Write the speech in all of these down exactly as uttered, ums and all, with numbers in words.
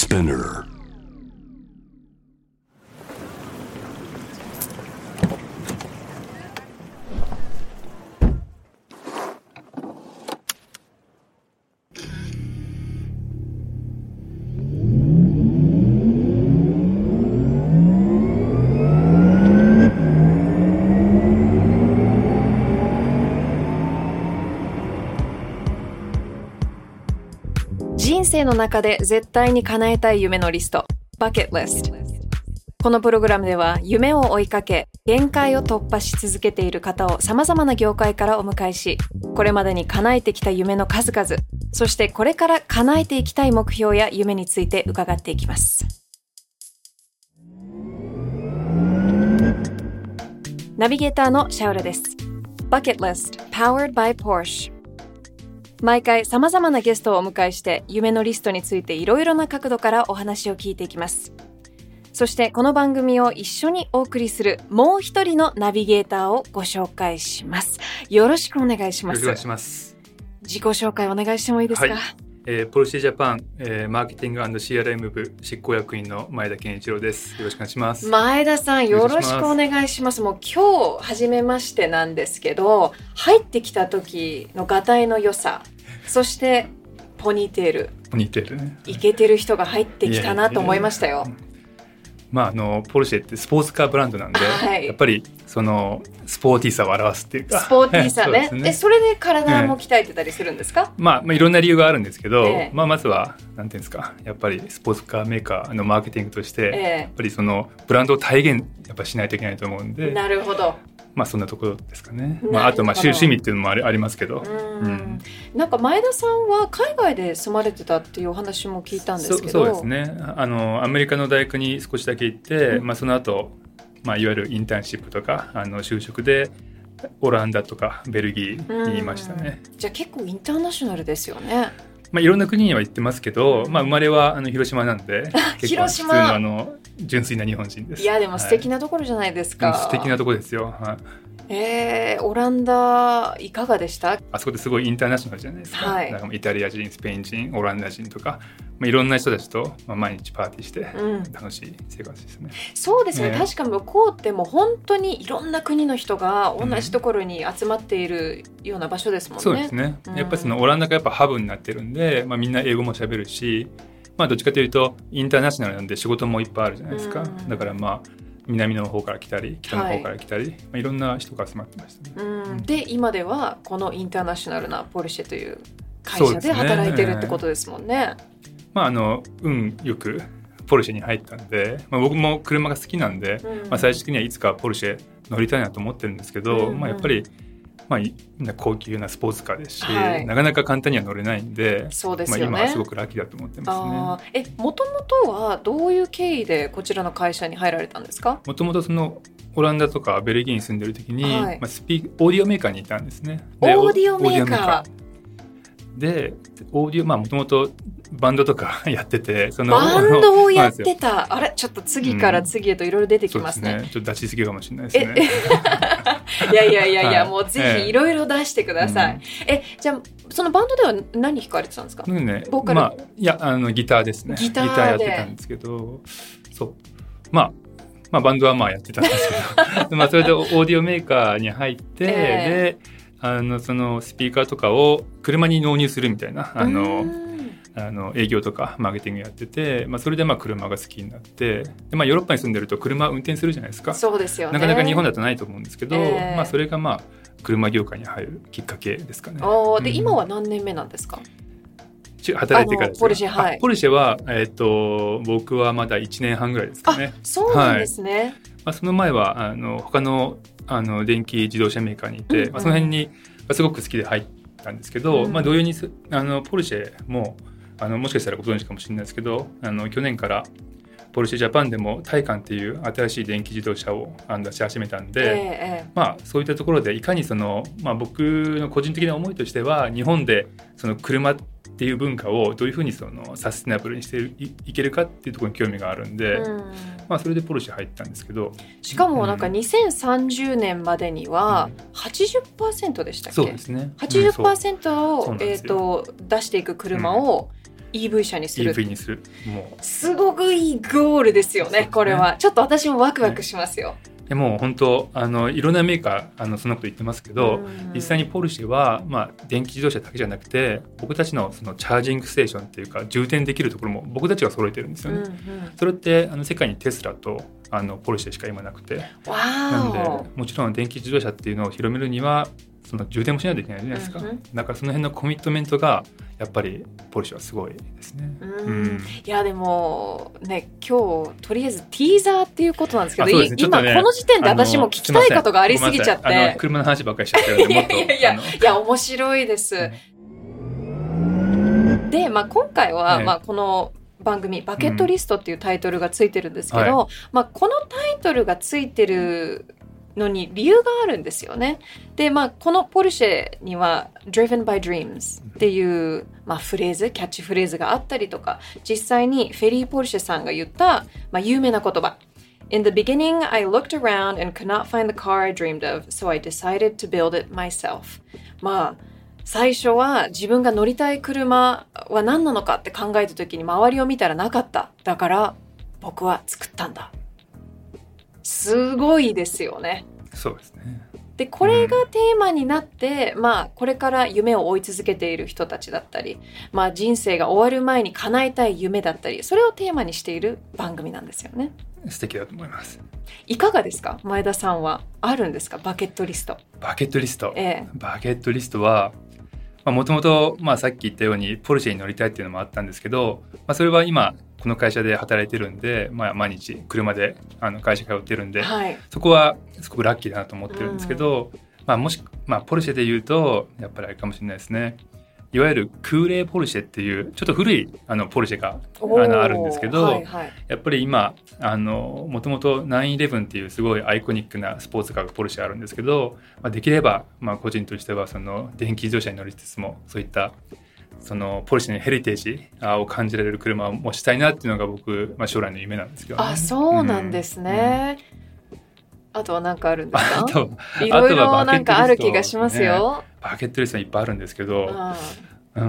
Spinner. 人生の中で絶対に叶えたい夢のリスト、バケットリスト。このプログラムでは夢を追いかけ、限界を突破し続けている方を様々な業界からお迎えし、これまでに叶えてきた夢の数々、そしてこれから叶えていきたい目標や夢について伺っていきます。ナビゲーターのシャウラです。バケットリスト Powered by Porsche。毎回様々なゲストをお迎えして夢のリストについていろいろな角度からお話を聞いていきます。そしてこの番組を一緒にお送りするもう一人のナビゲーターをご紹介します。よろしくお願いします。 よろしくお願いします。 自己紹介お願いしてもいいですか？ はい、えー、ポルシェジャパン、えー、マーケティング&シーアールエム 部執行役員の前田健一郎です。よろしくお願いします。 前田さんよろしくお願いします。もう今日初めましてなんですけど、入ってきた時のがたいの良さ、そしてポニーテールポニーテールね、 イケてる人が入ってきたなと思いましたよ。 まあ、あのポルシェってスポーツカーブランドなんで、はい、やっぱりそのスポーティーさを表すっていうか、 スポーティーさね。そ, ねえそれで体も鍛えてたりするんですか？ ええまあ、まあいろんな理由があるんですけど、ええまあ、まずはなんていうんですか、やっぱりスポーツカーメーカーのマーケティングとして、ええ、やっぱりそのブランドを体現やっぱしないといけないと思うんで。 なるほど。 まあそんなところですかね。まあ、あとまあ趣味っていうのもあり、ありますけど、 うん、うん、なんか前田さんは海外で住まれてたっていうお話も聞いたんですけど。 そ う, そうですね。あのアメリカの大学に少しだけ行って、うんまあ、その後、まあいわゆるインターンシップとかあの就職でオランダとかベルギーにいましたね。 じゃあ結構インターナショナルですよね。 まあ、いろんな国には行ってますけど、まあ、生まれはあの広島なんで結構普通のあの純粋な日本人です。 いやでも素敵なところじゃないですか。 はい、素敵なところですよ。はい、 えー、オランダいかがでした？ あそこですごいインターナショナルじゃないですか。はい、なんかイタリア人、スペイン人、オランダ人とか、まあ、いろんな人たちと、まあ、毎日パーティーして楽しい生活ですね。 うん、そうですね、えー、確かに向こうってもう本当にいろんな国の人が同じところに集まっているような場所ですもんね。 そうですね、うん、やっぱりそのオランダがやっぱハブになってるんで、まあ、みんな英語も喋るし、まあ、どっちかというとインターナショナルなんで仕事もいっぱいあるじゃないですか。うん、だからまあ南の方から来たり北の方から来たり、はいまあ、いろんな人が集まってましたね。 うん、で今ではこのインターナショナルなポルシェという会社で働いてるってことですもんね。 まあ、あの運よくポルシェに入ったんで、まあ、僕も車が好きなんで、うんまあ、最終的にはいつかポルシェ乗りたいなと思ってるんですけど、うんうんまあ、やっぱりまあ、みんな高級なスポーツカーですし、はい、なかなか簡単には乗れないんで、 そうですよね。 まあ、今はすごくラッキーだと思ってますね。 あえ、もともとはどういう経緯でこちらの会社に入られたんですか？ もともとそのオランダとかベルギーに住んでる時に、はいまあ、スピーオーディオメーカーにいたんですね。 でオーディオメーカーでオーディオまあもともとバンドとかやってて、そのバンドをやってた。あれちょっと次から次へといろいろ出てきますね。 うん、そうですね。ちょっと出しすぎかもしれないですね。 いやいやいやいや、はい、もうぜひいろいろ出してください。ええ、じゃあそのバンドでは何弾かれてたんですか？ うんね、 ボーカル、 まあ、いやあのギターですね。 ギターでギターやってたんですけど、そうまあまあバンドはまあやってたんですけど、まあそれでオーディオメーカーに入って、えー、であのそのスピーカーとかを車に納入するみたいなあの。あの営業とかマーケティングやってて、まあ、それでまあ車が好きになってで、まあ、ヨーロッパに住んでると車運転するじゃないですか。 そうですよね。 なかなか日本だとないと思うんですけど、えーまあ、それがまあ車業界に入るきっかけですかね。 あで、うん、今は何年目なんですか？ 働いてからですか？ ポルシェ、はい、 ポルシェは、えー、と僕はまだいちねんはんぐらいですかね。 あそうなんですね。はいまあ、その前はあの他の、あの電気自動車メーカーにいて、うんうんまあ、その辺にすごく好きで入ったんですけど、うんまあ、同様にあのポルシェもあのもしかしたらご存知かもしれないですけど、あの去年からポルシェジャパンでもタイカンっていう新しい電気自動車を出し始めたんで、えーまあ、そういったところでいかにその、まあ、僕の個人的な思いとしては日本でその車っていう文化をどういうふうにそのサステナブルにして い, いけるかっていうところに興味があるんで、うんまあ、それでポルシェ入ったんですけど、 しかもなんかにせんさんじゅうねんまでには はちじゅっパーセント でしたっけ？ そうですね、 はちじゅっパーセント を、えー、と出していく車を、 イーブイ 車にする。 イーブイ にする。もうすごくいいゴールですよね、ねこれは。ちょっと私もワクワクしますよ。 ねでも本当あのいろんなメーカーあのそんなこと言ってますけど、実際にポルシェは、まあ、電気自動車だけじゃなくて僕たち の, そのチャージングステーションっていうか充電できるところも僕たちが揃えてるんですよね、うんうん、それってあの世界にテスラとあのポルシェしか今なくて、なのでもちろん電気自動車っていうのを広めるにはその充電もしないといけないじゃないですか、うんうん、だからその辺のコミットメントがやっぱりポルシェはすごいですね。うん、 うん、いやでもね今日とりあえずティーザーっていうことなんですけど、ね、今この時点で私も聞きたいことがありすぎちゃって、 あの車の話ばっかりしちゃってるんでもっといやいやいや面白いです、うん、で、まあ、今回は、ねまあ、この番組バケットリストっていうタイトルがついてるんですけど、うんはいまあ、このタイトルがついてるのに理由があるんですよね。で、まあ、このポルシェには Driven by Dreams っていう、まあ、フレーズ、キャッチフレーズがあったりとか、実際にフェリー・ポルシェさんが言った、まあ、有名な言葉 In the beginning, I looked around and could not find the car I dreamed of, so I decided to build it myself. まあ最初は自分が乗りたい車は何なのかって考えた時に周りを見たらなかった。だから僕は作ったんだ。すごいですよね。 そうですね。 でこれがテーマになって、うんまあ、これから夢を追い続けている人たちだったり、まあ、人生が終わる前に叶えたい夢だったり、それをテーマにしている番組なんですよね。 素敵だと思います。 いかがですか、前田さんはあるんですか、バケットリスト。 バケットリスト、 ええ、 バケットリストはもともとさっき言ったようにポルシェに乗りたいっていうのもあったんですけど、まあ、それは今この会社で働いてるんで、まあ、毎日車であの会社通ってるんで、はい、そこはすごくラッキーだなと思ってるんですけど、うんまあ、もし、まあ、ポルシェで言うとやっぱりあれかもしれないですね。いわゆる空冷ポルシェっていうちょっと古いあのポルシェがあのあるんですけど、はいはい、やっぱり今もともとナインイレブンっていうすごいアイコニックなスポーツカーがポルシェあるんですけど、まあ、できればまあ個人としてはその電気自動車に乗りつつもそういったそのポルシェのヘリテージを感じられる車を持ちたいなっていうのが僕、まあ、将来の夢なんですけどね。 あ、そうなんですね、うん、あとは何かあるんですか。 あといろいろなんかある気がしますよ。 バケットリストいっぱいあるんですけど、うん、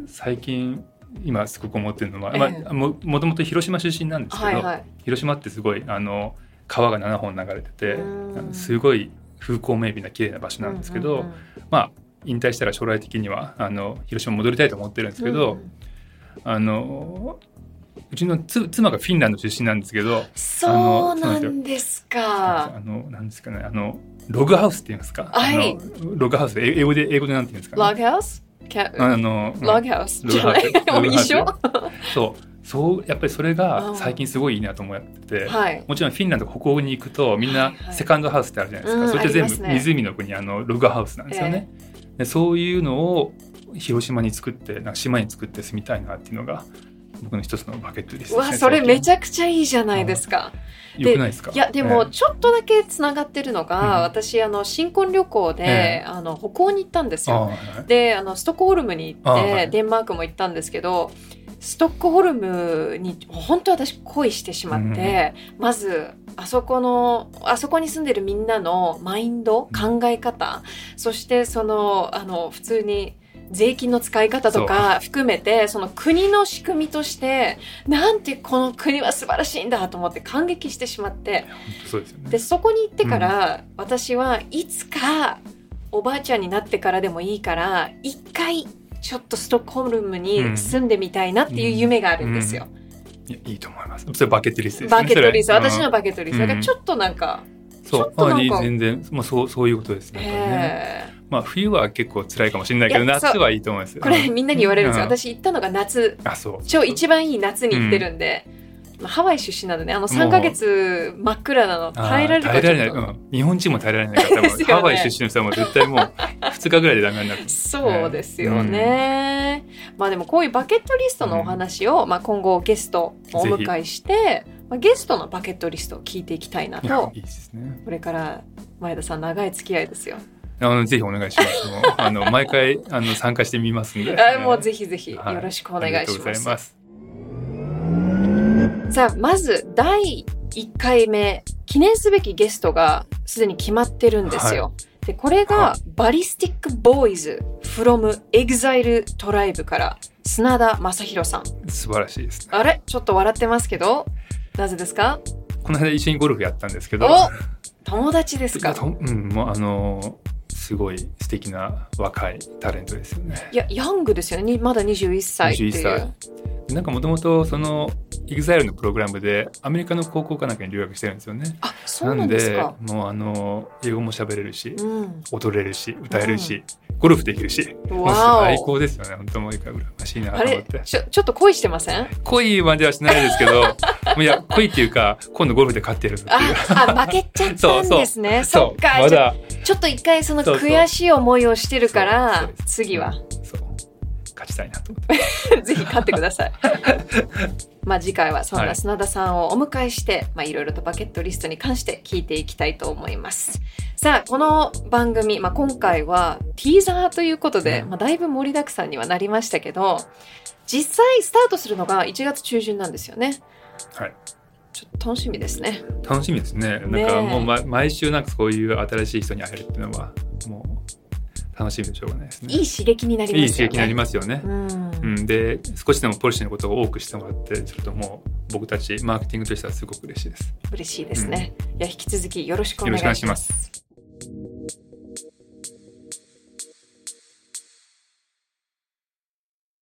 最近今すごく思ってるのは、えーまあ、も, もともと広島出身なんですけど、はいはい、広島ってすごいあの川がななほん流れててすごい風光明媚な綺麗な場所なんですけど、うんうんうん、まあ引退したら将来的にはあの広島戻りたいと思ってるんですけど、うん、あのうちのつ妻がフィンランド出身なんですけど。 そうなんですか。 あのなんですかね、あのログハウスって言いますか、 はい、 あのログハウス英語で英語でなんて言うんですか、 ね、ログハウスあのログハウスじゃない一緒そうそうやっぱりそれが最近すごいいいなと思ってて、はい、もちろんフィンランド北欧に行くとみんなセカンドハウスってあるじゃないですか、はいはい、それって全部湖の国、あのログハウスなんですよね、えー、でそういうのを広島に作ってなんか島に作って住みたいなっていうのが僕の一つのバケットリストですね。 わ、それめちゃくちゃいいじゃないですか。 よくないですか。 いやでもちょっとだけつながってるのが、うん、私あの新婚旅行で、えー、あの北欧に行ったんですよ、はい、であのストックホルムに行って、はい、デンマークも行ったんですけど、ストックホルムに本当私恋してしまって、うん、まずあそこのあそこに住んでるみんなのマインド、考え方、そしてそのあの普通に税金の使い方とか含めて そ, その国の仕組みとしてなんてこの国は素晴らしいんだと思って感激してしまって、 そうですよね。 でそこに行ってから、うん、私はいつかおばあちゃんになってからでもいいから一回ちょっとストックホルムに住んでみたいなっていう夢があるんですよ、 うんうん、いやいいと思います。それバケットリストですね。 バケットリスト、私のバケットリスト、うん、だからちょっとなんかそうあ全然、まあ、そうそういうことですね。まあ、冬は結構辛いかもしれないけど夏はいいと思いますよ。 これみんなに言われるんですよ、うん、私行ったのが夏、 あそう超一番いい夏に行ってるんで、うんまあ、ハワイ出身なのであのさんかげつ真っ暗なの耐えられるかちょっと耐えられない、うん、日本人も耐えられないから多分、ね、ハワイ出身の人はもう絶対もうふつかぐらいでダメになるそうですよね、うん、まあでもこういうバケットリストのお話を、うんまあ、今後ゲストをお迎えして、まあ、ゲストのバケットリストを聞いていきたいなと。 いいですね。 これから前田さん長い付き合いですよ。 あのぜひお願いします。もうあの毎回あの参加してみますんで、 あもうぜひぜひよろしくお願いします。はい、ありがとうございます。さあまずだいいっかいめ記念すべきゲストがすでに決まってるんですよ、はい、でこれがバリスティックボーイズ from EXILE トライブから砂田正宏さん。 素晴らしいですね。 あれちょっと笑ってますけど、なぜですか？ この間一緒にゴルフやったんですけど。 お友達ですか？ うん、もうあのすごい素敵な若いタレントですよね。 いやヤングですよね。まだにじゅういっさいっていう。 にじゅういっさい。なんかもともとその EXILE のプログラムでアメリカの高校かなんかに留学してるんですよね。 あ、そうなんですか。 なんでもうあの英語も喋れるし、うん、踊れるし歌えるし、うん、ゴルフできるし、もう最高ですよね。本当もう羨ましいなと思って。 ちょ、ちょっと恋してません？ 恋まではしないですけどいや恋っていうか今度ゴルフで勝ってるっていうああ負けちゃったんですね。そ, そ, そっか、まだちょっと一回その悔しい思いをしてるからそうそう次は、うん、 そう勝ちたいなと思ってぜひ勝ってくださいまあ次回はそんな砂田さんをお迎えして、はい、まあいろいろとバケットリストに関して聞いていきたいと思います。さあこの番組、まあ、今回はティーザーということで、うんまあ、だいぶ盛りだくさんにはなりましたけど、実際スタートするのがいちがつ中旬なんですよね。 はい、 ちょっと楽しみですね。 楽しみですね。なんかもう、ま、毎週なんかそういう新しい人に会えるっていうのはもう楽しみでしょうがないですね。 いい刺激になりますよね。 いい刺激になりますよね。うんうん、で少しでもポリシーのことを多くしてもらってするともう僕たちマーケティングとしてはすごく嬉しいです。 嬉しいですね、うん、いや引き続きよろしくお願いします。